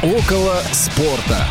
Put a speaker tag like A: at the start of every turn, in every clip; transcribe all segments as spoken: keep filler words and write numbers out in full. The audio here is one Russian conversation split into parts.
A: Около спорта.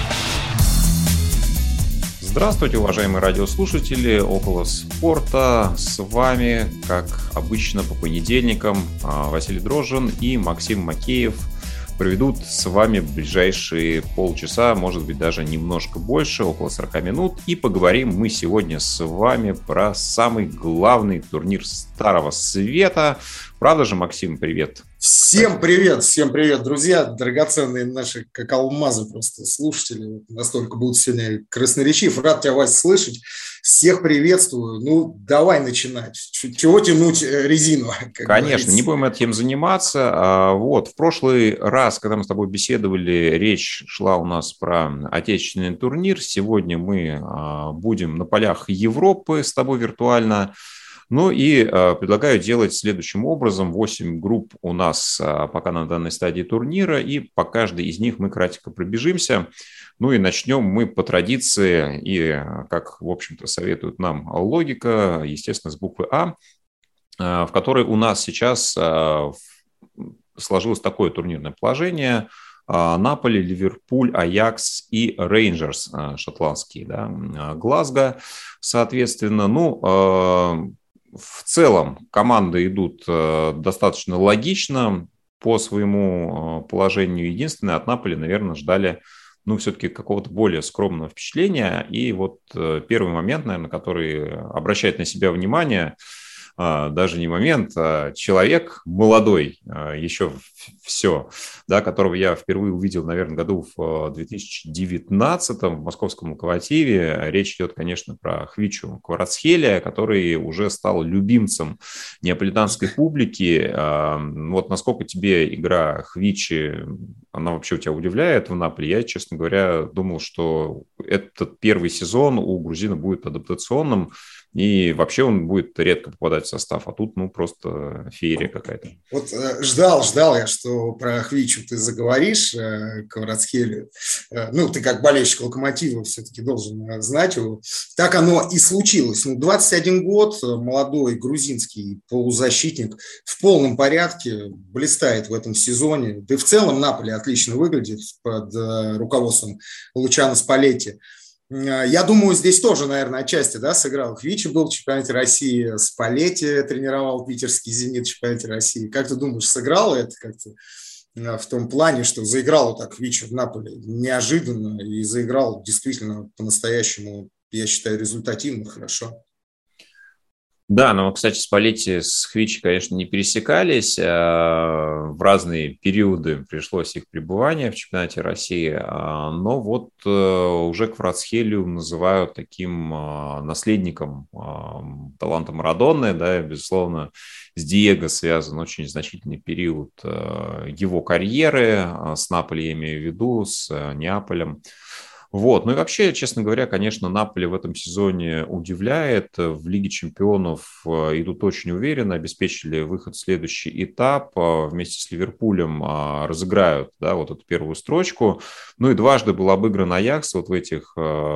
B: Здравствуйте, уважаемые радиослушатели «Около спорта». С вами, как обычно, по понедельникам Василий Дрожжин и Максим Макеев проведут с вами ближайшие полчаса, может быть, даже немножко больше, около сорок минут. И поговорим мы сегодня с вами про самый главный турнир Старого Света. Правда же, Максим, привет?
C: Всем привет, всем привет, друзья, драгоценные наши, как алмазы просто слушатели, настолько будут сегодня красноречив. Рад тебя, Вась, слышать. Всех приветствую. Ну, давай начинать. Чего тянуть резину?
B: Конечно,
C: говорится.
B: Не будем этим заниматься. Вот, в прошлый раз, когда мы с тобой беседовали, речь шла у нас про отечественный турнир. Сегодня мы будем на полях Европы с тобой виртуально. Ну и э, предлагаю делать следующим образом. восемь групп у нас э, пока на данной стадии турнира, и по каждой из них мы кратко пробежимся. Ну и начнем мы по традиции, и как, в общем-то, советует нам логика, естественно, с буквы А, э, в которой у нас сейчас э, сложилось такое турнирное положение. Э, Наполи, Ливерпуль, Аякс и Рейнджерс, э, шотландские, да, Глазго, соответственно. Ну, э, В целом команды идут достаточно логично по своему положению. Единственное, от Наполи, наверное, ждали, ну, все-таки какого-то более скромного впечатления. И вот первый момент, наверное, который обращает на себя внимание, даже не момент, а человек молодой, еще все, да, которого я впервые увидел, наверное, году в две тысячи девятнадцатом в московском «Локомотиве». Речь идет, конечно, про Хвичу Кварацхелия, который уже стал любимцем неаполитанской публики. Вот насколько тебе игра Хвичи, она вообще у тебя удивляет в Наполе? Я, честно говоря, думал, что этот первый сезон у грузина будет адаптационным, и вообще он будет редко попадать в состав, а тут, ну, просто феерия какая-то.
C: Вот э, ждал, ждал я, что про Хвичу ты заговоришь, э, Кварацхелию. Э, ну, ты как болельщик «Локомотива» все-таки должен э, знать его. Так оно и случилось. Ну, двадцать один год, молодой грузинский полузащитник в полном порядке, блистает в этом сезоне. Да и в целом Наполи отлично выглядит под э, руководством Лучано Спалетти. Я думаю, здесь тоже, наверное, отчасти, да, сыграл. Хвичи был в чемпионате России, Спалетти тренировал питерский «Зенит» в чемпионате России. Как ты думаешь, сыграло это как-то в том плане, что заиграл так Хвичи в Наполе неожиданно и заиграл действительно по-настоящему, я считаю, результативно, хорошо?
B: Да, но, кстати, Спалетти с Хвичи, конечно, не пересекались. В разные периоды пришлось их пребывания в чемпионате России. Но вот уже Кварацхелию называют таким наследником таланта Марадонны. Да, безусловно, с Диего связан очень значительный период его карьеры. С Наполи я имею в виду, с Неаполем. Вот. Ну и вообще, честно говоря, конечно, Наполи в этом сезоне удивляет. В Лиге чемпионов идут очень уверенно, обеспечили выход в следующий этап. Вместе с Ливерпулем разыграют, да, вот эту первую строчку. Ну и дважды был обыгран Аякс вот в этих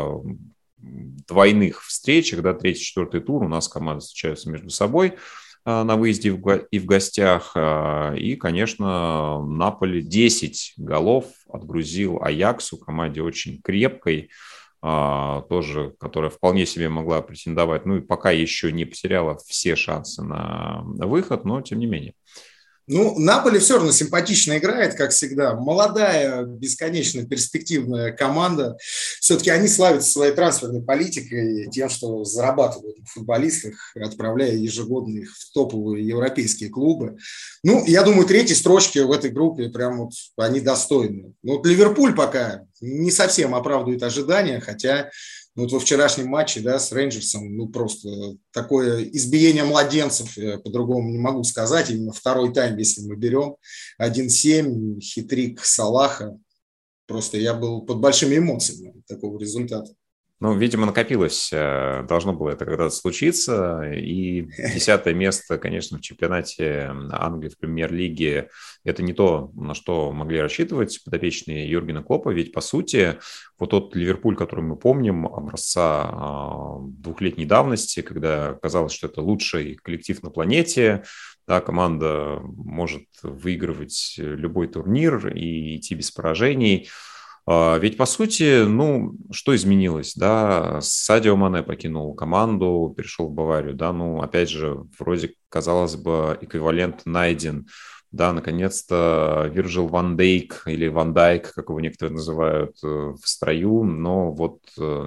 B: двойных встречах, да, третий, четвертый тур. У нас команды встречаются между собой на выезде и в гостях. И, конечно, Наполи десять голов отгрузил Аяксу, команде очень крепкой, тоже, которая вполне себе могла претендовать, ну и пока еще не потеряла все шансы на выход, но тем не менее.
C: Ну, Наполи все равно симпатично играет, как всегда. Молодая, бесконечно перспективная команда. Все-таки они славятся своей трансферной политикой, тем, что зарабатывают на футболистах, отправляя ежегодно их в топовые европейские клубы. Ну, я думаю, третьей строчки в этой группе прям вот они достойны. Ну, вот Ливерпуль пока не совсем оправдывает ожидания, хотя... Ну, вот во вчерашнем матче, да, с Рейнджерсом, ну, просто такое избиение младенцев, я по-другому не могу сказать. Именно второй тайм, если мы берем, один семь, хитрик Салаха. Просто я был под большими эмоциями такого результата.
B: Ну, видимо, накопилось, должно было это когда-то случиться, и десятое место, конечно, в чемпионате Англии в премьер-лиге – это не то, на что могли рассчитывать подопечные Юргена Клоппа, ведь, по сути, вот тот Ливерпуль, который мы помним, образца двухлетней давности, когда казалось, что это лучший коллектив на планете, Да, команда может выигрывать любой турнир и идти без поражений. Ведь, по сути, ну, что изменилось, да, Садио Мане покинул команду, перешел в Баварию, да, ну, опять же, вроде, казалось бы, эквивалент найден, да, наконец-то Вирджил Ван Дейк или Ван Дайк, как его некоторые называют, в строю, но вот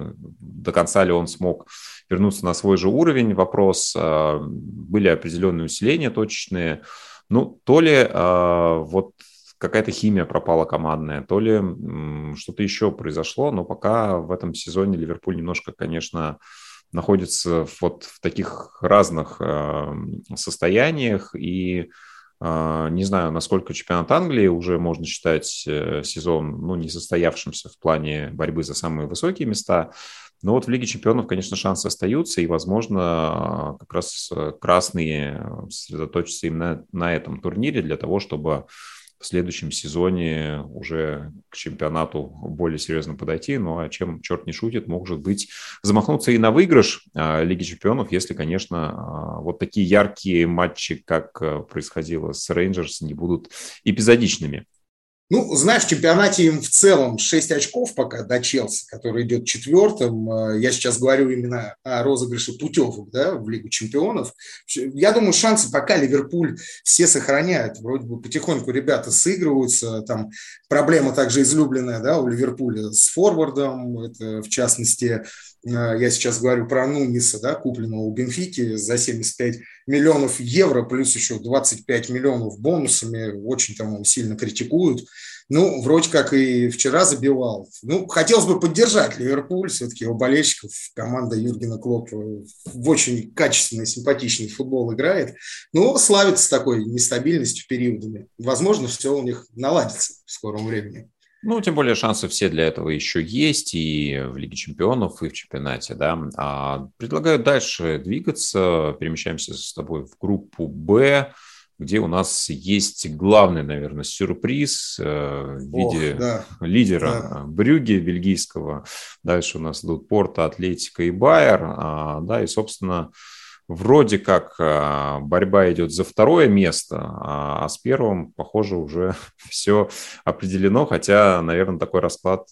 B: до конца ли он смог вернуться на свой же уровень, вопрос, были определенные усиления точечные, ну, то ли вот какая-то химия пропала командная, то ли что-то еще произошло, но пока в этом сезоне Ливерпуль немножко, конечно, находится вот в таких разных э, состояниях, и э, не знаю, насколько чемпионат Англии уже можно считать э, сезон, ну, не состоявшимся в плане борьбы за самые высокие места, но вот в Лиге чемпионов, конечно, шансы остаются, и, возможно, как раз красные сосредоточатся именно на этом турнире для того, чтобы в следующем сезоне уже к чемпионату более серьезно подойти. Ну, а чем черт не шутит, может быть, замахнуться и на выигрыш а, Лиги чемпионов, если, конечно, а, вот такие яркие матчи, как а, происходило с Рейнджерс, не будут эпизодичными.
C: Ну, знаешь, в чемпионате им в целом шесть очков пока до Челси, который идет четвертым. Я сейчас говорю именно о розыгрыше путевок, да, в Лигу чемпионов. Я думаю, шансы пока Ливерпуль все сохраняют. Вроде бы потихоньку ребята сыгрываются. Там проблема также излюбленная, да, у Ливерпуля с форвардом. Это, в частности, я сейчас говорю про Нуниса, да, купленного у Бенфики за семьдесят пять миллионов евро, плюс еще двадцать пять миллионов бонусами. Очень там его сильно критикуют. Ну, вроде как и вчера забивал. Ну, хотелось бы поддержать Ливерпуль, все-таки его болельщиков. Команда Юргена Клоппа в очень качественный, симпатичный футбол играет. Но славится такой нестабильностью периодами. Возможно, все у них наладится в скором времени.
B: Ну, тем более шансы все для этого еще есть и в Лиге чемпионов, и в чемпионате, да. А предлагаю дальше двигаться. Перемещаемся с тобой в группу «Б», где у нас есть главный, наверное, сюрприз э, в виде Ох, да, лидера да. Брюгге бельгийского. Дальше у нас идут Порто, Атлетико и Байер. А, да, и, собственно, вроде как борьба идет за второе место, а с первым, похоже, уже все определено, хотя, наверное, такой расклад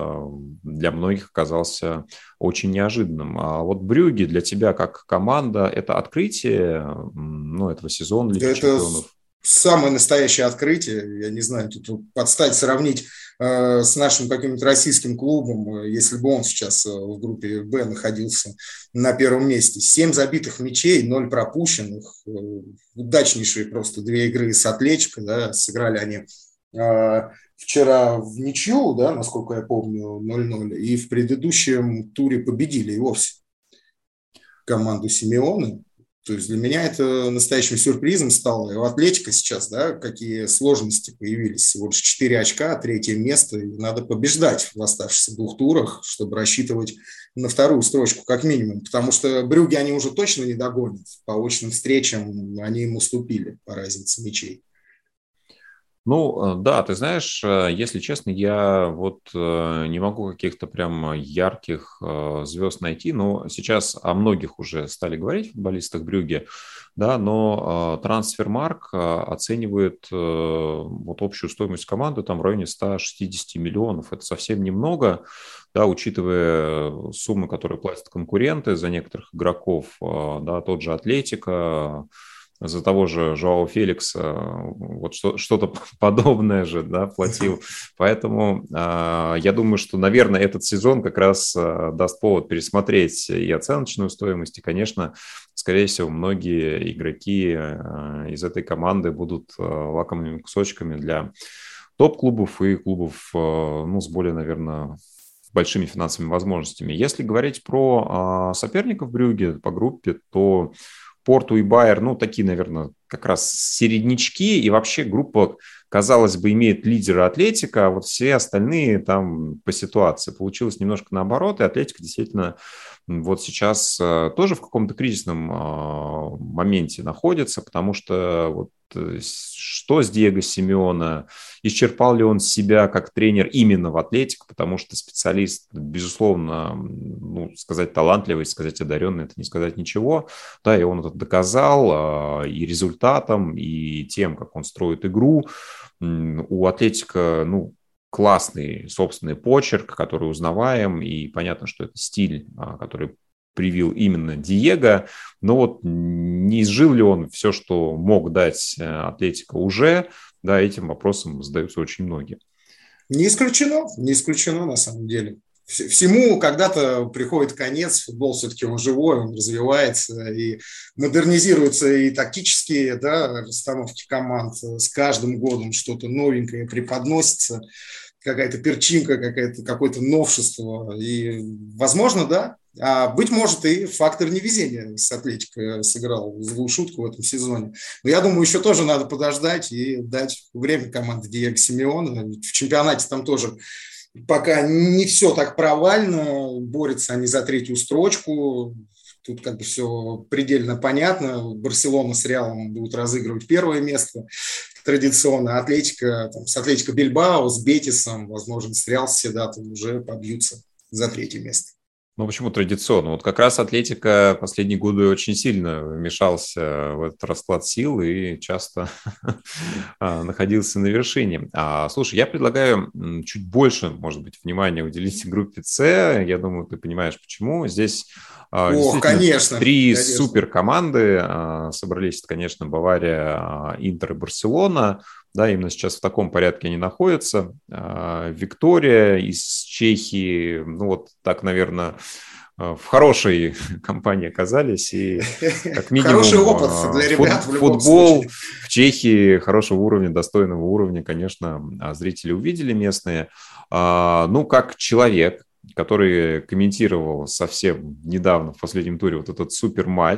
B: для многих оказался очень неожиданным. А вот Брюгге для тебя как команда – это открытие, ну, этого сезона Лиги
C: это
B: чемпионов?
C: Самое настоящее открытие. Я не знаю, тут подстать, сравнить э, с нашим каким-нибудь российским клубом, если бы он сейчас в группе «Б» находился на первом месте. Семь забитых мячей, ноль пропущенных. Э, удачнейшие просто две игры с Атлетико, да, сыграли они э, вчера в ничью, да, насколько я помню, ноль-ноль, и в предыдущем туре победили и вовсе команду Симеоне. То есть для меня это настоящим сюрпризом стало. И у Атлетико сейчас, да, какие сложности появились. Всего лишь четыре очка, третье место. И надо побеждать в оставшихся двух турах, чтобы рассчитывать на вторую строчку как минимум. Потому что Брюгге они уже точно не догонят. По очным встречам они им уступили по разнице мячей.
B: Ну, да, ты знаешь, если честно, я вот не могу каких-то прям ярких звезд найти, но сейчас о многих уже стали говорить, футболистах Брюгге, да, но Трансфермарк оценивает вот общую стоимость команды там в районе ста шестидесяти миллионов. Это совсем немного, да, учитывая суммы, которые платят конкуренты за некоторых игроков, да, тот же Атлетико, за того же Жоао Феликса вот что, что-то подобное же, да, платил. Поэтому э, я думаю, что, наверное, этот сезон как раз э, даст повод пересмотреть и оценочную стоимость, и, конечно, скорее всего, многие игроки э, из этой команды будут э, лакомыми кусочками для топ-клубов и клубов э, ну, с более, наверное, большими финансовыми возможностями. Если говорить про э, соперников Брюгге по группе, то Порту и Байер, ну, такие, наверное, как раз середнячки, и вообще группа, казалось бы, имеет лидера Атлетико, а вот все остальные там по ситуации. Получилось немножко наоборот, и Атлетико действительно вот сейчас тоже в каком-то кризисном моменте находится, потому что вот что с Диего Симеоне, исчерпал ли он себя как тренер именно в Атлетико, потому что специалист, безусловно, ну, сказать талантливый, сказать одаренный, это не сказать ничего, да, и он это доказал и результатом, и тем, как он строит игру. У Атлетико, ну, классный собственный почерк, который узнаваем, и понятно, что это стиль, который привил именно Диего, но вот не изжил ли он все, что мог дать Атлетико уже, да, этим вопросом задаются очень многие.
C: Не исключено, не исключено на самом деле. Всему когда-то приходит конец, футбол все-таки он живой, он развивается и модернизируются и тактические, да, расстановки команд, с каждым годом что-то новенькое преподносится, какая-то перчинка, какая-то, какое-то новшество. И, возможно, да. А быть может, и фактор невезения с Атлетико сыграл злую шутку в этом сезоне. Но я думаю, еще тоже надо подождать и дать время команде Диего Симеоне. В чемпионате там тоже пока не все так провально. Борются они за третью строчку. Тут как бы все предельно понятно. Барселона с Реалом будут разыгрывать первое место. Традиционно Атлетико, там, с Атлетико Бильбао, с Бетисом, возможно, с Реал Сосьедадом уже побьются за третье место.
B: Ну, почему традиционно? Вот как раз Атлетико последние годы очень сильно вмешался в этот расклад сил и часто находился на вершине. А, слушай, я предлагаю чуть больше, может быть, внимания уделить группе С. Я думаю, ты понимаешь, почему. Здесь
C: Ох, конечно,
B: три
C: конечно.
B: суперкоманды собрались. Это, конечно, Бавария, Интер и Барселона. Да, именно сейчас в таком порядке они находятся. Виктория из Чехии, ну вот так, наверное, в хорошей компании оказались. И как минимум
C: хороший опыт для ребят
B: фут,
C: в любом
B: футбол
C: случае.
B: В Чехии хорошего уровня, достойного уровня, конечно, зрители увидели местные. Ну, как человек, который комментировал совсем недавно в последнем туре вот этот суперматч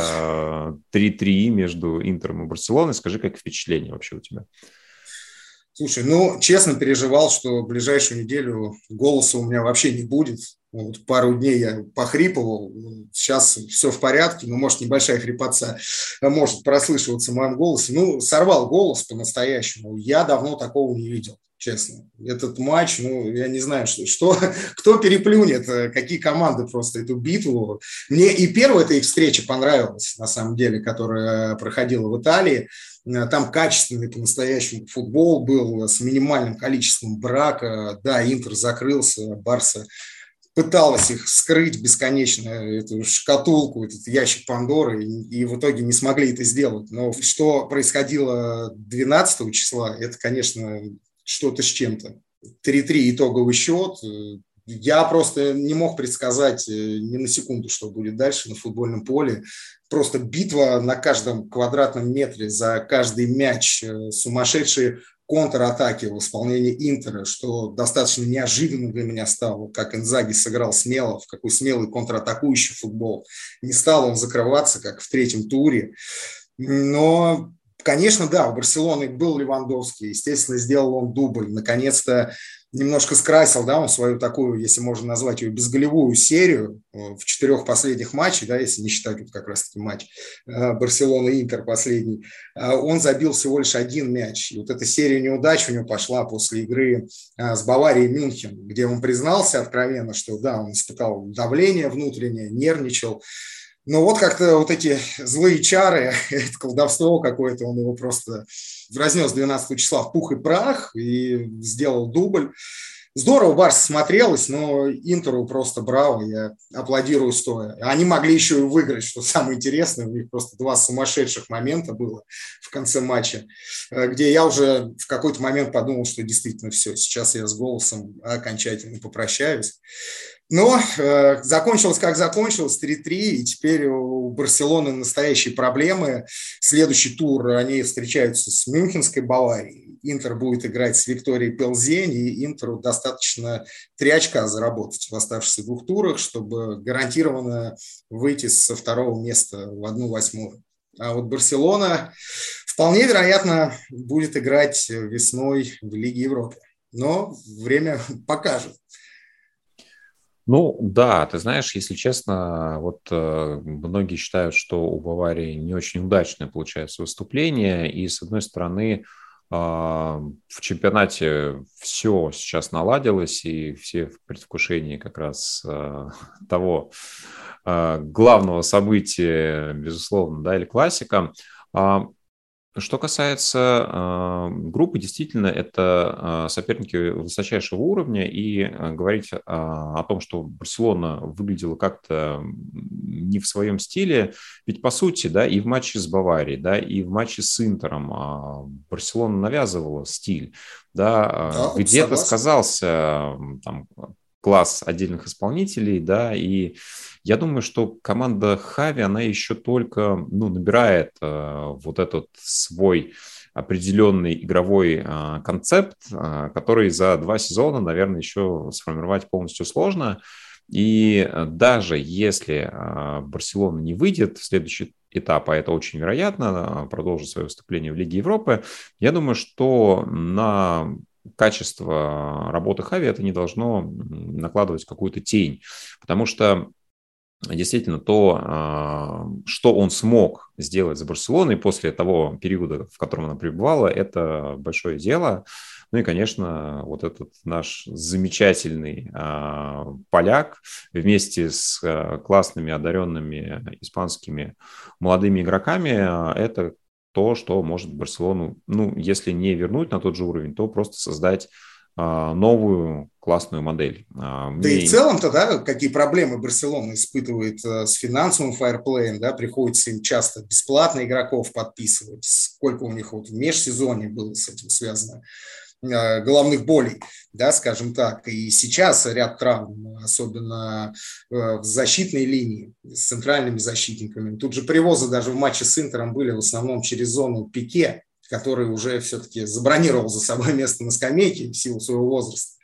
B: три-три между Интером и Барселоной. Скажи, как впечатление вообще у тебя?
C: Слушай, ну, честно переживал, что в ближайшую неделю голоса у меня вообще не будет. Вот пару дней я похрипывал, сейчас все в порядке, но, может, небольшая хрипотца может прослышиваться в моем голосе. Ну, сорвал голос по-настоящему. Я давно такого не видел. Честно, этот матч, ну, я не знаю, что, что, кто переплюнет, какие команды просто эту битву. Мне и первая эта их встреча понравилась, на самом деле, которая проходила в Италии. Там качественный по-настоящему футбол был с минимальным количеством брака. Да, Интер закрылся, Барса пыталась их скрыть бесконечно, эту шкатулку, этот ящик Пандоры, и, и в итоге не смогли это сделать. Но что происходило двенадцатого числа, это, конечно, что-то с чем-то. три-три итоговый счет. Я просто не мог предсказать ни на секунду, что будет дальше на футбольном поле. Просто битва на каждом квадратном метре за каждый мяч, сумасшедшие контратаки в исполнении Интера, что достаточно неожиданно для меня стало, как Инзаги сыграл смело, в какой смелый контратакующий футбол. Не стал он закрываться, как в третьем туре. Но, конечно, да, у Барселоны был Левандовский, естественно, сделал он дубль. Наконец-то немножко скрасил, да, он свою такую, если можно назвать ее, безголевую серию в четырех последних матчах, да, если не считать вот как раз-таки матч Барселона-Интер последний, он забил всего лишь один мяч. И вот эта серия неудач у него пошла после игры с Баварией Мюнхен, где он признался откровенно, что да, он испытал давление внутреннее, нервничал. Но вот как-то вот эти злые чары, это колдовство какое-то, он его просто разнес двенадцатого числа в пух и прах и сделал дубль. Здорово Барса смотрелась, но Интеру просто браво, я аплодирую стоя. Они могли еще и выиграть, что самое интересное, у них просто два сумасшедших момента было в конце матча, где я уже в какой-то момент подумал, что действительно все, сейчас я с голосом окончательно попрощаюсь. Но э, закончилось как закончилось, три-три, и теперь у Барселоны настоящие проблемы. Следующий тур они встречаются с Мюнхенской Баварией. Интер будет играть с Викторией Пелзень, и Интеру достаточно три очка заработать в оставшихся двух турах, чтобы гарантированно выйти со второго места в одну восьмую. А вот Барселона вполне вероятно будет играть весной в Лиге Европы. Но время покажет.
B: Ну, да, ты знаешь, если честно, вот э, многие считают, что у Баварии не очень удачное получается выступление, и, с одной стороны, а, в чемпионате все сейчас наладилось, и все в предвкушении как раз а, того а, главного события, безусловно, да, или классика. А, Что касается а, группы, действительно, это а, соперники высочайшего уровня, и а, говорить а, о том, что Барселона выглядела как-то не в своем стиле, ведь по сути, да, и в матче с Баварией, да, и в матче с Интером а, Барселона навязывала стиль, да, а,
C: Да,
B: где-то
C: согласен.
B: сказался м, там класс отдельных исполнителей, да, и я думаю, что команда Хави, она еще только, ну, набирает э, вот этот свой определенный игровой э, концепт, э, который за два сезона, наверное, еще сформировать полностью сложно. И э, даже если э, Барселона не выйдет в следующий этап, а это очень вероятно, э, продолжит свое выступление в Лиге Европы, я думаю, что на качество работы Хави это не должно накладывать какую-то тень, потому что действительно то, а, что он смог сделать за Барселоной после того периода, в котором она пребывала, это большое дело. Ну и, конечно, вот этот наш замечательный а, поляк вместе с а, классными, одаренными испанскими молодыми игроками, а, это то, что может Барселону, ну, если не вернуть на тот же уровень, то просто создать а, новую классную модель. А,
C: Да и в
B: Мне
C: целом-то, да, какие проблемы Барселона испытывает э, с финансовым фаерплеем, да, приходится им часто бесплатно игроков подписывать, сколько у них вот в межсезонье было с этим связано, э, головных болей, да, скажем так. И сейчас ряд травм, особенно э, в защитной линии с центральными защитниками. Тут же привозы даже в матче с Интером были в основном через зону Пике, который уже все-таки забронировал за собой место на скамейке в силу своего возраста.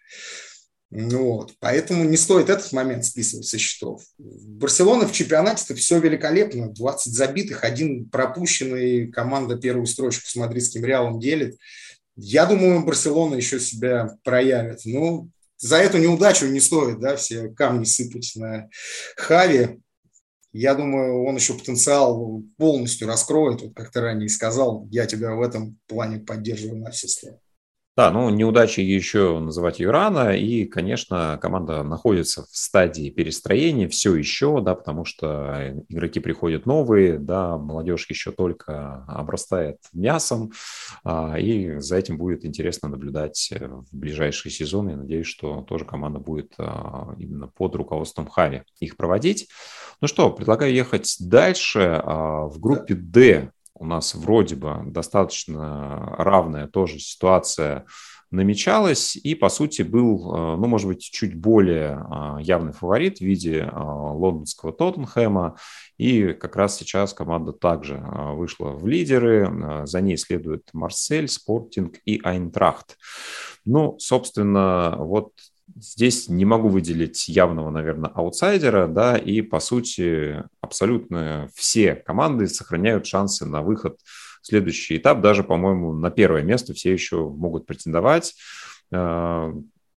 C: Ну вот, поэтому не стоит этот момент списывать со счетов. Барселона в чемпионате-то все великолепно. двадцать забитых, один пропущенный. Команда первую строчку с мадридским Реалом делит. Я думаю, Барселона еще себя проявит. Ну, за эту неудачу не стоит, да, все камни сыпать на Хави. Я думаю, он еще потенциал полностью раскроет. Вот как ты ранее сказал, я тебя в этом плане поддерживаю на все сто.
B: Да, ну неудачей еще называть ее рано, и, конечно, команда находится в стадии перестроения все еще, да, потому что игроки приходят новые, да, молодежь еще только обрастает мясом, а, и за этим будет интересно наблюдать в ближайшие сезоны. Я надеюсь, что тоже команда будет а, именно под руководством Хави их проводить. Ну что, предлагаю ехать дальше. А, в
C: Да.
B: группе D у нас вроде бы достаточно равная тоже ситуация намечалась, и, по сути, был, э, ну, может быть, чуть более а, явный фаворит в виде а, лондонского Тоттенхэма, и как раз сейчас команда также а, вышла в лидеры, а, за ней следует Марсель, Спортинг и Айнтрахт. Ну, собственно, вот здесь не могу выделить явного, наверное, аутсайдера, да, и, по сути, абсолютно все команды сохраняют шансы на выход в следующий этап. Даже, по-моему, на первое место все еще могут претендовать. Э,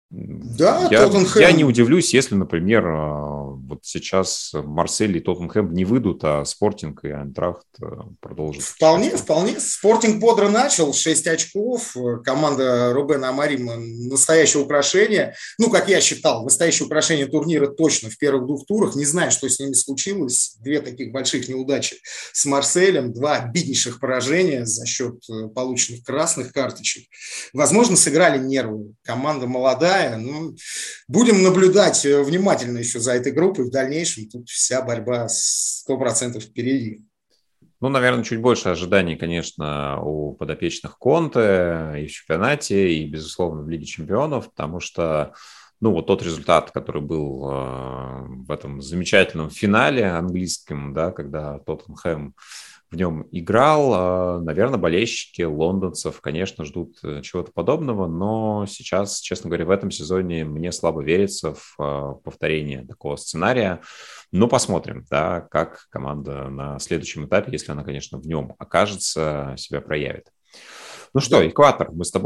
C: Да,
B: Я, я не
C: Тоттенхэм.
B: удивлюсь, если, например, э, вот сейчас Марсель и Тоттенхэм не выйдут, а Спортинг и Айнтрахт э, продолжат
C: Вполне,
B: путешествие.
C: вполне. Спортинг бодро начал, шесть очков. Команда Рубена Амарима настоящее украшение. Ну, как я считал, настоящее украшение турнира точно в первых двух турах. Не знаю, что с ними случилось. Две таких больших неудачи с Марселем, два обиднейших поражения за счет полученных красных карточек. Возможно, сыграли нервы. Команда молодая. Ну, будем наблюдать внимательно еще за этой группой в дальнейшем. Тут вся борьба сто процентов впереди.
B: Ну, наверное, чуть больше ожиданий, конечно, у подопечных Конте и в чемпионате, и, безусловно, в Лиге чемпионов, потому что, ну, вот тот результат, который был э, в этом замечательном финале английском, да, когда Тоттенхэм в нем играл, э, наверное, болельщики лондонцев, конечно, ждут чего-то подобного, но сейчас, честно говоря, в этом сезоне мне слабо верится в э, повторение такого сценария. Ну, посмотрим, да, как команда на следующем этапе, если она, конечно, в нем окажется, себя проявит. Ну что,
C: Да.
B: экватор, мы с тобой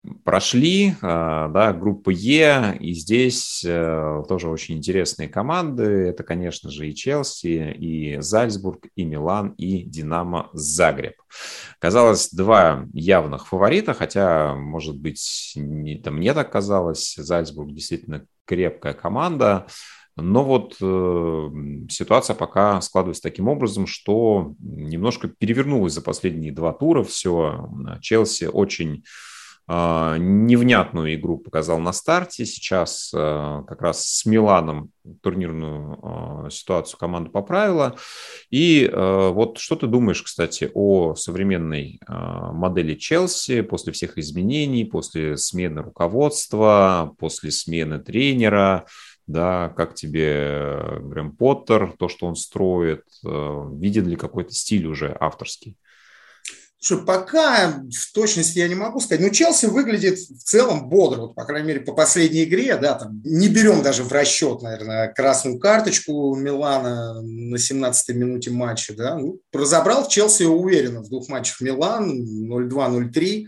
B: прошли, да, группа Е, и здесь тоже очень интересные команды. Это, конечно же, и Челси, и Зальцбург, и Милан, и Динамо Загреб. Казалось, два явных фаворита, хотя, может быть, не, там мне так казалось. Зальцбург действительно крепкая команда. Но вот э, ситуация пока складывается таким образом, что немножко перевернулась за последние два тура все. Челси очень э, невнятную игру показал на старте. Сейчас э, как раз с Миланом турнирную э, ситуацию команда поправила. И э, вот что ты думаешь, кстати, о современной э, модели Челси после всех изменений, после смены руководства, после смены тренера? Да, как тебе Грэм Поттер, то, что он строит, виден ли какой-то стиль уже авторский?
C: Слушай, пока в точности я не могу сказать, но Челси выглядит в целом бодро, вот, по крайней мере, по последней игре, да, там не берем даже в расчет, наверное, красную карточку Милана на семнадцатой минуте матча, да, ну, разобрал Челси уверенно в двух матчах Милан, ноль два ноль три.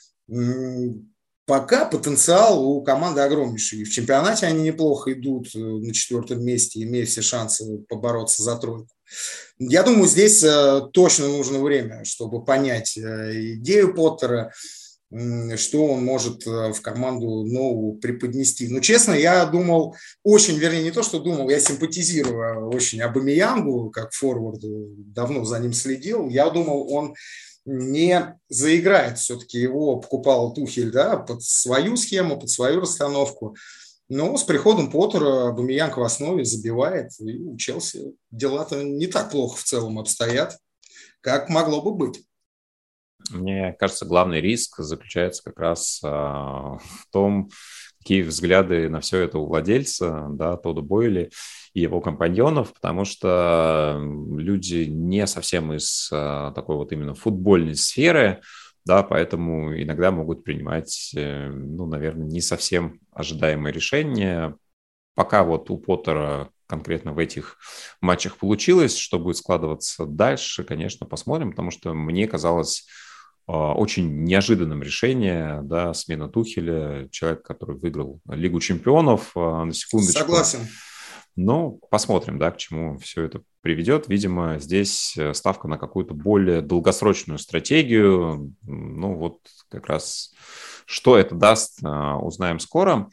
C: Пока потенциал у команды огромнейший. И в чемпионате они неплохо идут на четвертом месте, имея все шансы побороться за тройку. Я думаю, здесь точно нужно время, чтобы понять идею Поттера, что он может в команду новую преподнести. Но, честно, я думал, очень, вернее, не то, что думал, я симпатизирую очень Абамеянгу, как форварду, давно за ним следил. Я думал, он не заиграет, все-таки его покупал Тухель, да, под свою схему, под свою расстановку. Но с приходом Поттера Абамеянг в основе забивает, и у Челси дела-то не так плохо в целом обстоят, как могло бы быть.
B: Мне кажется, главный риск заключается как раз в том, какие взгляды на все это у владельца, да, Тодда Бойли и его компаньонов, потому что люди не совсем из такой вот именно футбольной сферы, да, поэтому иногда могут принимать, ну, наверное, не совсем ожидаемые решения. Пока вот у Поттера конкретно в этих матчах получилось, что будет складываться дальше, конечно, посмотрим, потому что мне казалось очень неожиданным решение, да, смена Тухеля, человек, который выиграл Лигу чемпионов, на секундочку.
C: Согласен.
B: Ну, посмотрим, да, к чему все это приведет. Видимо, здесь ставка на какую-то более долгосрочную стратегию. Ну, вот как раз что это даст, узнаем скоро.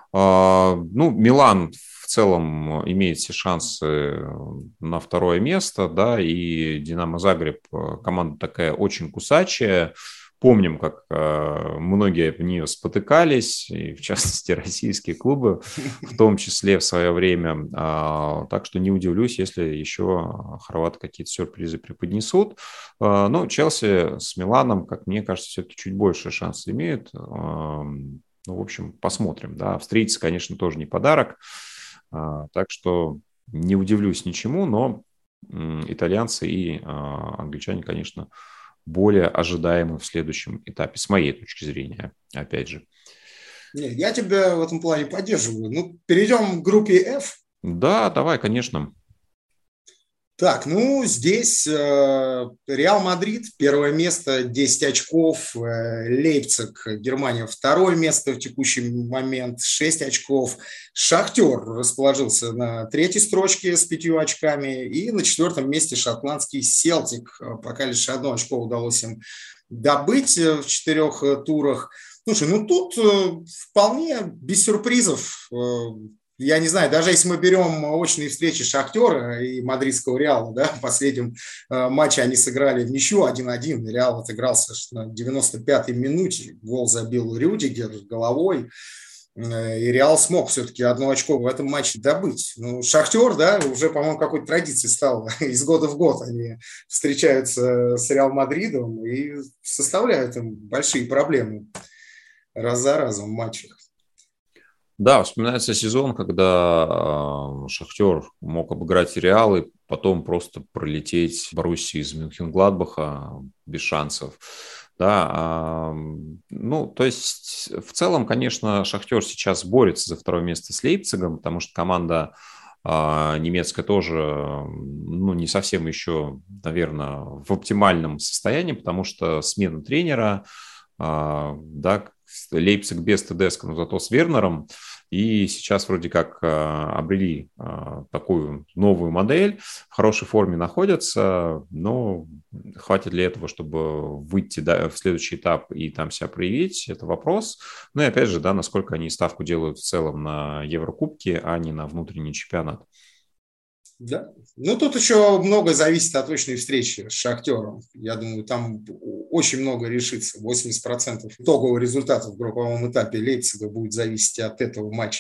B: Ну, Милан в целом имеет все шансы на второе место, да, и Динамо Загреб команда такая очень кусачая. Помним, как э, многие в нее спотыкались, и в частности российские клубы, в том числе в свое время. А, так что не удивлюсь, если еще хорваты какие-то сюрпризы преподнесут. А, но Челси с Миланом, как мне кажется, все-таки чуть больше шансов имеют. А, ну, в общем, посмотрим. Да. Австрийцы, конечно, тоже не подарок. А, так что не удивлюсь ничему, но м, итальянцы и а, англичане, конечно, более ожидаемы в следующем этапе, с моей точки зрения, опять же.
C: Нет, я тебя в этом плане поддерживаю. Ну, перейдем к группе F.
B: Да, давай, конечно.
C: Так, ну, здесь э, Реал Мадрид, первое место, десять очков, э, Лейпциг, Германия, второе место в текущий момент, шесть очков, Шахтер расположился на третьей строчке с пятью очками, и на четвертом месте шотландский Селтик, пока лишь одно очко удалось им добыть в четырех турах. Слушай, ну тут э, вполне без сюрпризов. э, Я не знаю, даже если мы берем очные встречи Шахтера и мадридского Реала, да, в последнем э, матче они сыграли в ничью один-один, Реал отыгрался на девяносто пятой минуте, гол забил Рюдигер головой, э, и Реал смог все-таки одно очко в этом матче добыть. Ну, Шахтер, да, уже, по-моему, какой-то традицией стало, из года в год они встречаются с Реал Мадридом и составляют им большие проблемы раз за разом в матчах.
B: Да, вспоминается сезон, когда э, Шахтер мог обыграть Реал и потом просто пролететь Боруссии из Мюнхен-Гладбаха без шансов. Да, э, ну, то есть в целом, конечно, Шахтер сейчас борется за второе место с Лейпцигом, потому что команда э, немецкая тоже, ну, не совсем еще, наверное, в оптимальном состоянии, потому что смена тренера, да, Лейпциг без Тедеско, но зато с Вернером. И сейчас вроде как обрели такую новую модель, в хорошей форме находятся, но хватит ли этого, чтобы выйти в следующий этап и там себя проявить, это вопрос. Ну и опять же, да, насколько они ставку делают в целом на Еврокубки, а не на внутренний чемпионат.
C: Да. Ну, тут еще много зависит от точной встречи с «Шахтером». Я думаю, там очень много решится. восемьдесят процентов итогового результата в групповом этапе Лейпцига будет зависеть от этого матча.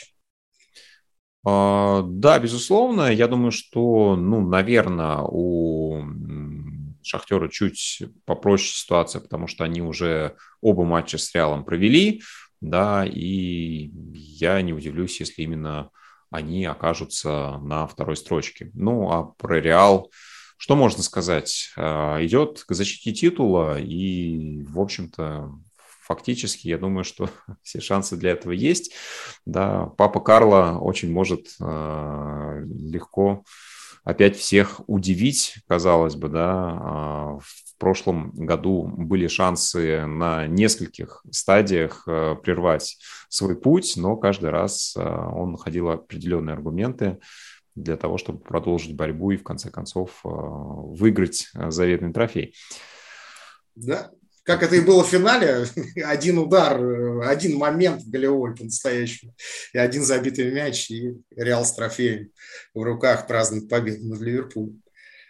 B: А, да, безусловно. Я думаю, что, ну, наверное, у «Шахтера» чуть попроще ситуация, потому что они уже оба матча с «Реалом» провели, да, и я не удивлюсь, если именно они окажутся на второй строчке. Ну, а про «Реал» что можно сказать? Идет к защите титула, и, в общем-то, фактически, я думаю, что все шансы для этого есть. Да, папа Карло очень может легко опять всех удивить, казалось бы, да. В прошлом году были шансы на нескольких стадиях прервать свой путь, но каждый раз он находил определенные аргументы для того, чтобы продолжить борьбу и в конце концов выиграть заветный трофей.
C: Да, как это и было в финале, один удар, один момент голевой по-настоящему, и один забитый мяч, и Реал с трофеем в руках празднует победу над Ливерпулем.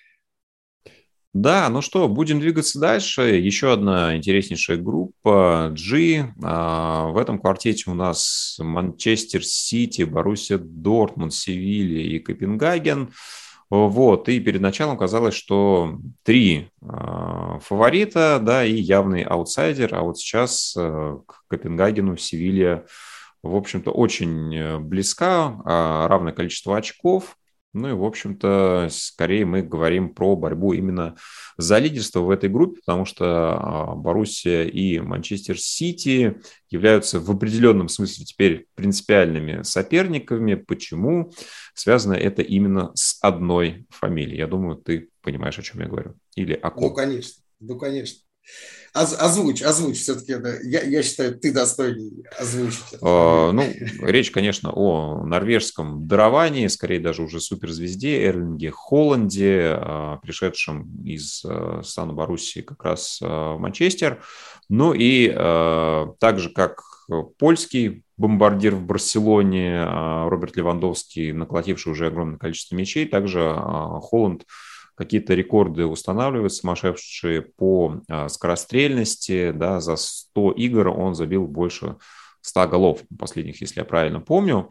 B: Да, ну что, будем двигаться дальше. Еще одна интереснейшая группа G. В этом квартете у нас Манчестер Сити, Боруссия Дортмунд, Севилья и Копенгаген. Вот, и перед началом казалось, что три фаворита, да, и явный аутсайдер, а вот сейчас к Копенгагену Севилья, в общем-то, очень близка, равное количество очков. Ну и, в общем-то, скорее мы говорим про борьбу именно за лидерство в этой группе, потому что Боруссия и Манчестер Сити являются в определенном смысле теперь принципиальными соперниками. Почему? Связано это именно с одной фамилией. Я думаю, ты понимаешь, о чем я говорю. Или о ком.
C: Ну, конечно. Ну, конечно. Озвучь, озвучь, все-таки я, я считаю, ты достойный озвучить.
B: Uh, ну, речь, конечно, о норвежском даровании, скорее даже уже суперзвезде Эрлинге Холланде, uh, пришедшем из uh, стана Боруссии как раз uh, в Манчестер. Ну и uh, так же, как польский бомбардир в Барселоне, uh, Роберт Левандовский, наколотивший уже огромное количество мячей, также uh, Холланд какие-то рекорды устанавливают сумасшедшие по а, скорострельности, да, за сто игр он забил больше ста голов, последних, если я правильно помню,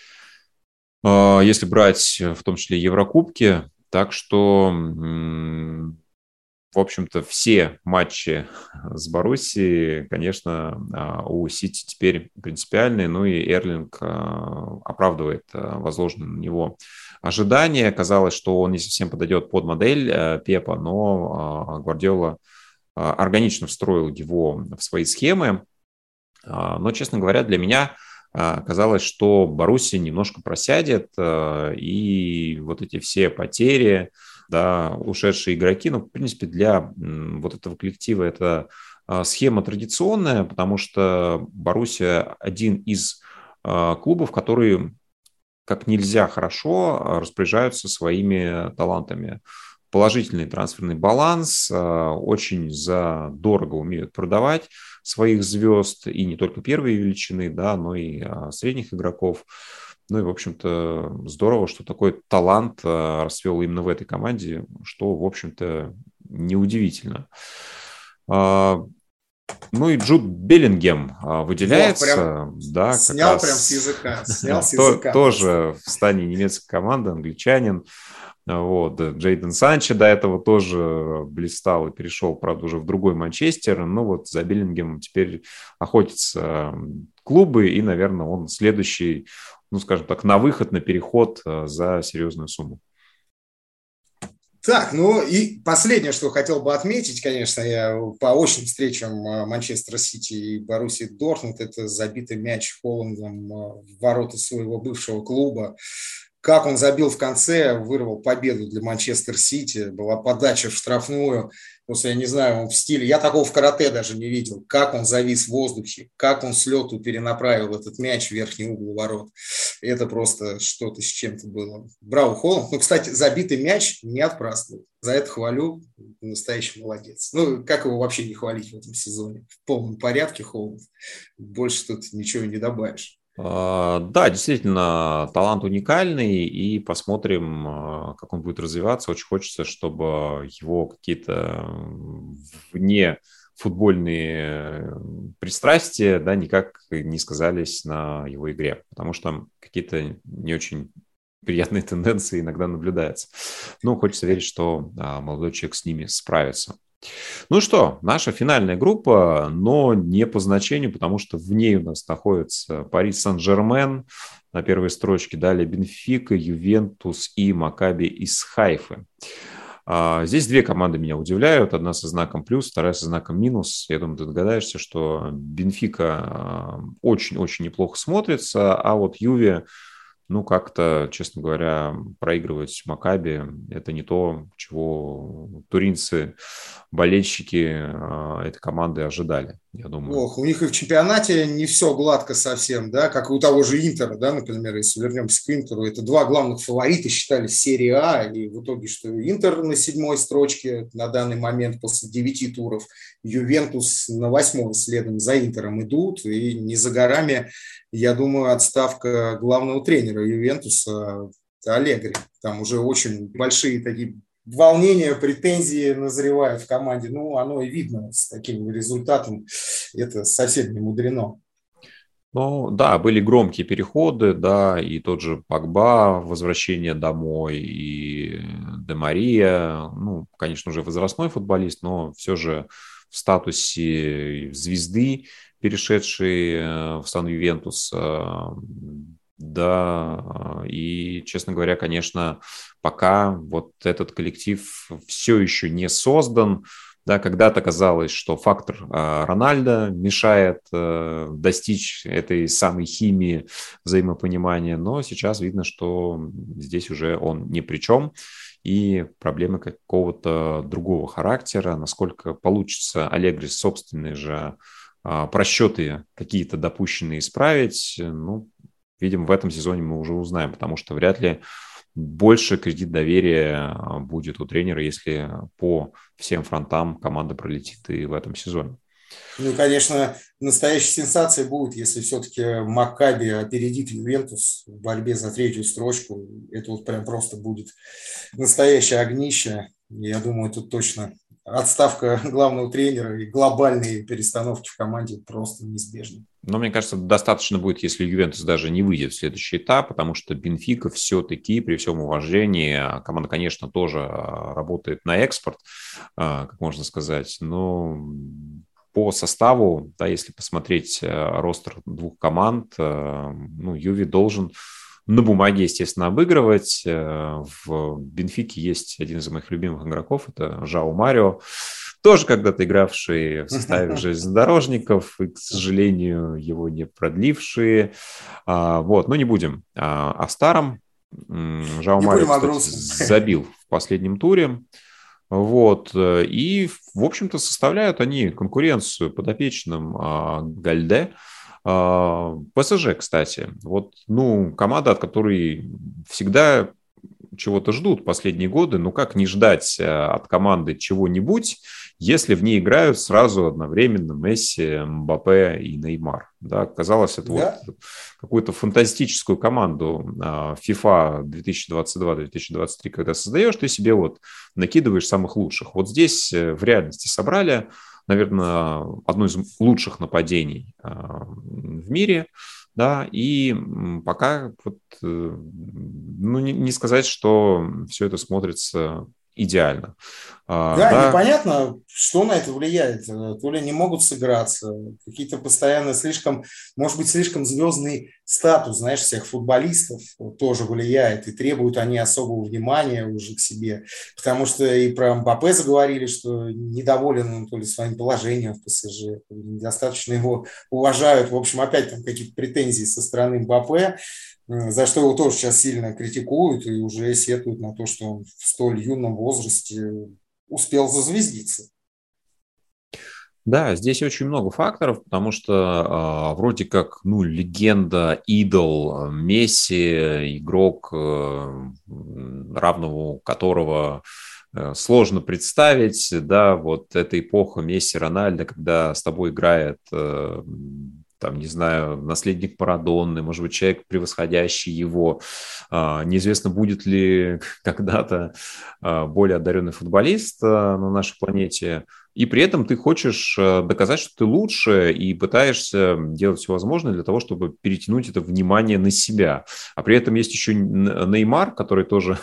B: а, если брать в том числе Еврокубки, так что, м- в общем-то, все матчи с Боруссией, конечно, а, у Сити теперь принципиальные, ну и Эрлинг а, оправдывает а, возложенные на него ожидания. Казалось, что он не совсем подойдет под модель э, Пепа, но э, Гвардиола э, органично встроил его в свои схемы. Э, но, честно говоря, для меня э, казалось, что Боруссия немножко просядет, э, и вот эти все потери, да, ушедшие игроки, ну, в принципе, для э, вот этого коллектива это э, схема традиционная, потому что Боруссия один из э, клубов, которые как нельзя хорошо распоряжаются своими талантами. Положительный трансферный баланс, очень задорого умеют продавать своих звезд, и не только первой величины, да, но и средних игроков. Ну и, в общем-то, здорово, что такой талант расцвел именно в этой команде, что, в общем-то, неудивительно. Ну и Джуд Беллингем выделяется.
C: Вот,
B: да,
C: снял
B: как
C: прям
B: раз,
C: с языка. Снял с языка.
B: Тоже в стане немецкой команды, англичанин. Вот. Джейден Санчо до этого тоже блистал и перешел, правда, уже в другой Манчестер. Ну вот за Беллингемом теперь охотятся клубы, и, наверное, он следующий, ну, скажем так, на выход, на переход за серьезную сумму.
C: Так, ну и последнее, что хотел бы отметить, конечно, я по очным встречам Манчестер Сити и Боруссии Дортмунд, это забитый мяч Холландом в ворота своего бывшего клуба. как он забил в конце, вырвал победу для Манчестер Сити, была подача в штрафную. Просто я не знаю, он в стиле... Я такого в карате даже не видел. Как он завис в воздухе, как он с лету перенаправил этот мяч в верхний угол ворот. Это просто что-то с чем-то было. Браво, Холланд. Ну, кстати, забитый мяч не отпраздновал. За это хвалю. Настоящий молодец. Ну, как его вообще не хвалить в этом сезоне? В полном порядке Холланд. Больше тут ничего не добавишь.
B: Да, действительно, талант уникальный, и посмотрим, как он будет развиваться. Очень хочется, чтобы его какие-то вне футбольные пристрастия, да, никак не сказались на его игре, потому что какие-то не очень приятные тенденции иногда наблюдаются. Ну, хочется верить, что молодой человек с ними справится. Ну что, наша финальная группа, но не по значению, потому что в ней у нас находится Пари Сен-Жермен на первой строчке, далее Бенфика, Ювентус и Макаби из Хайфы. Здесь две команды меня удивляют, одна со знаком плюс, вторая со знаком минус. Я думаю, ты догадаешься, что Бенфика очень-очень неплохо смотрится, а вот Юве, ну, как-то, честно говоря, проигрывать Макаби – это не то, чего туринцы, болельщики этой команды ожидали, я думаю.
C: Ох, у них и в чемпионате не все гладко совсем, да, как и у того же Интера, да, например, если вернемся к Интеру, это два главных фаворита считались серии А, и в итоге, что Интер на седьмой строчке на данный момент после девяти туров, Ювентус на восьмой следом за Интером идут, и не за горами, я думаю, отставка главного тренера Ювентуса Аллегри. Там уже очень большие такие волнения, претензии назревают в команде. Ну, оно и видно с таким результатом. Это совсем не мудрено.
B: Ну, да, были громкие переходы, да, и тот же Погба, возвращение домой, и Де Мария, ну, конечно, уже возрастной футболист, но все же в статусе звезды, перешедший в стан Ювентуса, да, и, честно говоря, конечно, пока вот этот коллектив все еще не создан. Да, когда-то казалось, что фактор э, Рональдо мешает э, достичь этой самой химии взаимопонимания, но сейчас видно, что здесь уже он ни при чем, и проблемы какого-то другого характера, насколько получится Аллегри собственные же э, просчеты какие-то допущенные исправить, ну, видимо, в этом сезоне мы уже узнаем, потому что вряд ли больше кредит доверия будет у тренера, если по всем фронтам команда пролетит и в этом сезоне.
C: Ну, конечно, настоящей сенсацией будет, если все-таки Маккаби опередит Ювентус в борьбе за третью строчку. Это вот прям просто будет настоящее огнище. Я думаю, тут точно отставка главного тренера и глобальные перестановки в команде просто неизбежны.
B: Но мне кажется, достаточно будет, если Ювентус даже не выйдет в следующий этап, потому что Бенфика все-таки, при всем уважении, команда, конечно, тоже работает на экспорт, как можно сказать, но по составу, да, если посмотреть ростер двух команд, ну, Юве должен на бумаге, естественно, обыгрывать. В Бенфике есть один из моих любимых игроков, это Жао Марио, тоже когда-то игравший в составе железнодорожников, и, к сожалению, его не продлившие. Вот, но не будем о старом. Жао Марио, кстати, забил в последнем туре. Вот, и, в общем-то, составляют они конкуренцию подопечным Гальде. ПСЖ, кстати, вот, ну, команда, от которой всегда чего-то ждут последние годы, ну как не ждать от команды чего-нибудь, если в ней играют сразу одновременно Месси, Мбаппе и Неймар. Да, казалось, это да. вот какую-то фантастическую команду FIFA две тысячи двадцать два - две тысячи двадцать три, когда создаешь, ты себе вот накидываешь самых лучших. Вот здесь в реальности собрали, наверное, одно из лучших нападений в мире. Да, и пока вот, ну, не, не сказать, что все это смотрится идеально.
C: Да, да, непонятно, что на это влияет. То ли не могут сыграться, какие-то постоянно слишком, может быть, слишком звездный статус, знаешь, всех футболистов тоже влияет, и требуют они особого внимания уже к себе. Потому что и про Мбаппе заговорили, что недоволен он то ли своим положением в ПСЖ, недостаточно его уважают. В общем, опять там какие-то претензии со стороны Мбаппе, за что его тоже сейчас сильно критикуют и уже сетуют на то, что он в столь юном возрасте успел зазвездиться.
B: Да, здесь очень много факторов, потому что э, вроде как, ну, легенда, идол, Месси, игрок, э, равного которого э, сложно представить, да, вот эта эпоха Месси, Рональдо, когда с тобой играет, э, там, не знаю, наследник Марадонны, может быть, человек, превосходящий его. Э, неизвестно, будет ли когда-то э, более одаренный футболист э, на нашей планете. И при этом ты хочешь доказать, что ты лучше, и пытаешься делать все возможное для того, чтобы перетянуть это внимание на себя. А при этом есть еще Неймар, который тоже,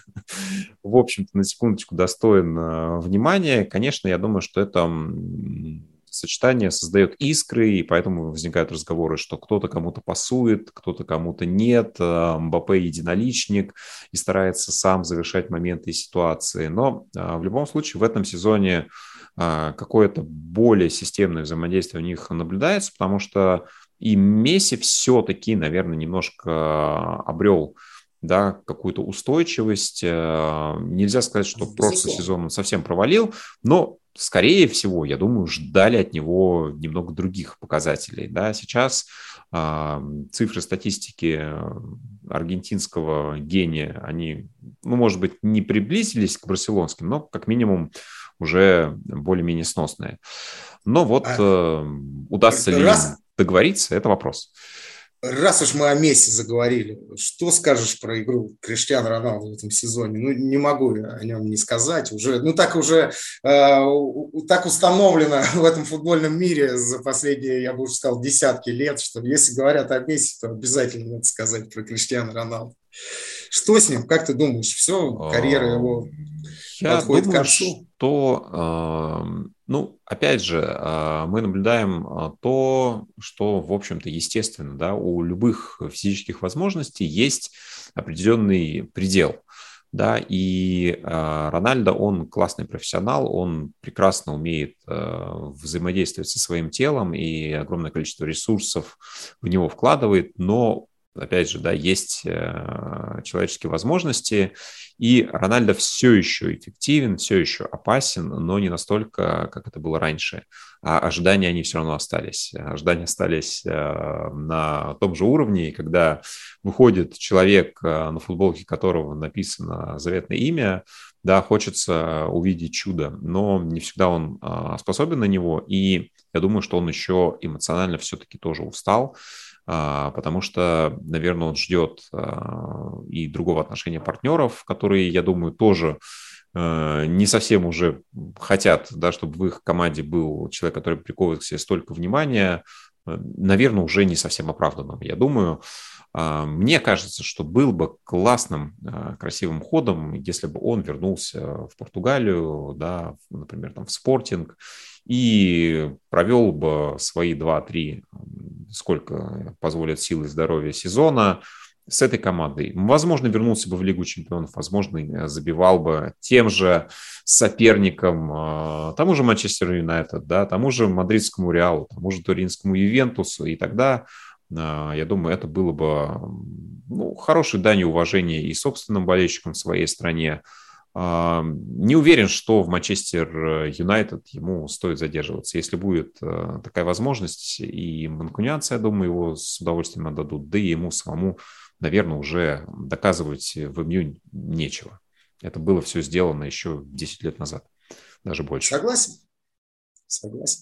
B: в общем-то, на секундочку достоин внимания. Конечно, я думаю, что это сочетание создает искры, и поэтому возникают разговоры, что кто-то кому-то пасует, кто-то кому-то нет, Мбаппе единоличник и старается сам завершать моменты и ситуации. Но в любом случае в этом сезоне какое-то более системное взаимодействие у них наблюдается, потому что и Месси все-таки, наверное, немножко обрел, да, какую-то устойчивость. Нельзя сказать, что Безусловно. Прошлый сезон он совсем провалил, но, скорее всего, я думаю, ждали от него немного других показателей. Да. Сейчас э, цифры статистики аргентинского гения, они, ну, может быть, не приблизились к барселонским, но, как минимум, уже более-менее сносные. Но вот а, э, удастся раз, ли договориться, это вопрос.
C: Раз уж мы о Месси заговорили, что скажешь про игру Криштиану Роналду в этом сезоне? Ну, не могу я о нем не сказать. Уже, ну, так уже э, так установлено в этом футбольном мире за последние, я бы уже сказал, десятки лет, что если говорят о Месси, то обязательно надо сказать про Криштиану Роналду. Что с ним? Как ты думаешь? Все, карьера его...
B: Я думаю, что, ну, опять же, мы наблюдаем то, что, в общем-то, естественно, да, у любых физических возможностей есть определенный предел, да, и Рональдо, он классный профессионал, он прекрасно умеет взаимодействовать со своим телом и огромное количество ресурсов в него вкладывает, но опять же, да, есть э, человеческие возможности, и Рональдо все еще эффективен, все еще опасен, но не настолько, как это было раньше. А ожидания, они все равно остались. Ожидания остались э, на том же уровне, и когда выходит человек, э, на футболке которого написано заветное имя, да, хочется увидеть чудо, но не всегда он э, способен на него, и я думаю, что он еще эмоционально все-таки тоже устал, потому что, наверное, он ждет и другого отношения партнеров, которые, я думаю, тоже не совсем уже хотят, да, чтобы в их команде был человек, который приковывает к себе столько внимания, наверное, уже не совсем оправданным, я думаю. Мне кажется, что был бы классным, красивым ходом, если бы он вернулся в Португалию, да, например, там, в Спортинг, и провел бы свои два-три, сколько позволят силы и здоровье сезона с этой командой. Возможно, вернулся бы в Лигу чемпионов, возможно, забивал бы тем же соперникам, тому же Манчестер Юнайтед, да, тому же мадридскому Реалу, тому же туринскому Ювентусу, и тогда, я думаю, это было бы, ну, хорошей данью уважения и собственным болельщикам в своей стране. Не уверен, что в Манчестер Юнайтед ему стоит задерживаться. Если будет такая возможность, и манкунианцы, я думаю, его с удовольствием отдадут, да и ему самому, наверное, уже доказывать в МЮ нечего. Это было все сделано еще десять лет назад, даже больше.
C: Согласен. Согласен.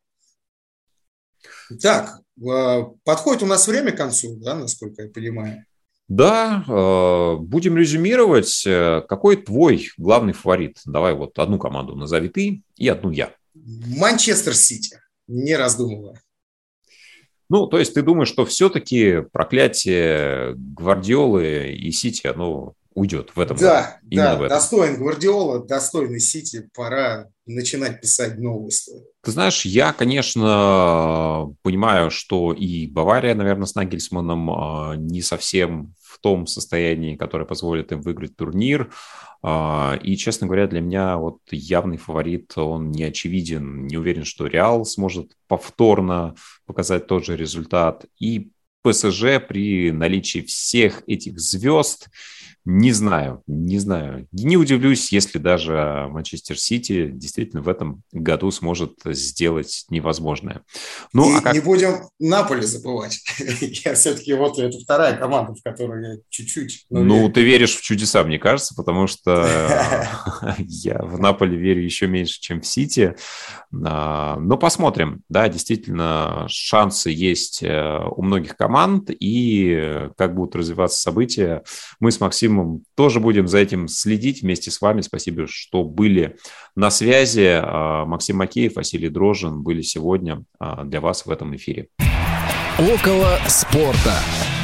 C: Так, подходит у нас время к концу, да, насколько я понимаю.
B: Да, будем резюмировать. Какой твой главный фаворит? Давай вот одну команду назови ты и одну я.
C: Манчестер Сити, не раздумывая.
B: Ну, то есть ты думаешь, что все-таки проклятие Гвардиолы и Сити, оно уйдет в этом
C: да,
B: году. Именно
C: да,
B: в этом.
C: достоин Гвардиола, достойный Сити, пора начинать писать новую историю.
B: Ты знаешь, я, конечно, понимаю, что и Бавария, наверное, с Нагельсманом не совсем в том состоянии, которое позволит им выиграть турнир. И, честно говоря, для меня вот явный фаворит, он не очевиден. Не уверен, что Реал сможет повторно показать тот же результат. И ПСЖ при наличии всех этих звезд, не знаю, не знаю. Не удивлюсь, если даже Манчестер Сити действительно в этом году сможет сделать невозможное. Ну,
C: и
B: а как...
C: не будем Наполи забывать. Я все-таки вот это вторая команда, в которую я чуть-чуть...
B: Ну, верю. Ты веришь в чудеса, мне кажется, потому что я в Наполи верю еще меньше, чем в Сити. Но посмотрим. Да, действительно, шансы есть у многих команд, и как будут развиваться события, мы с Максимом тоже будем за этим следить вместе с вами. Спасибо, что были на связи. Максим Макеев, Василий Дрожжин были сегодня для вас в этом эфире.
A: Около спорта.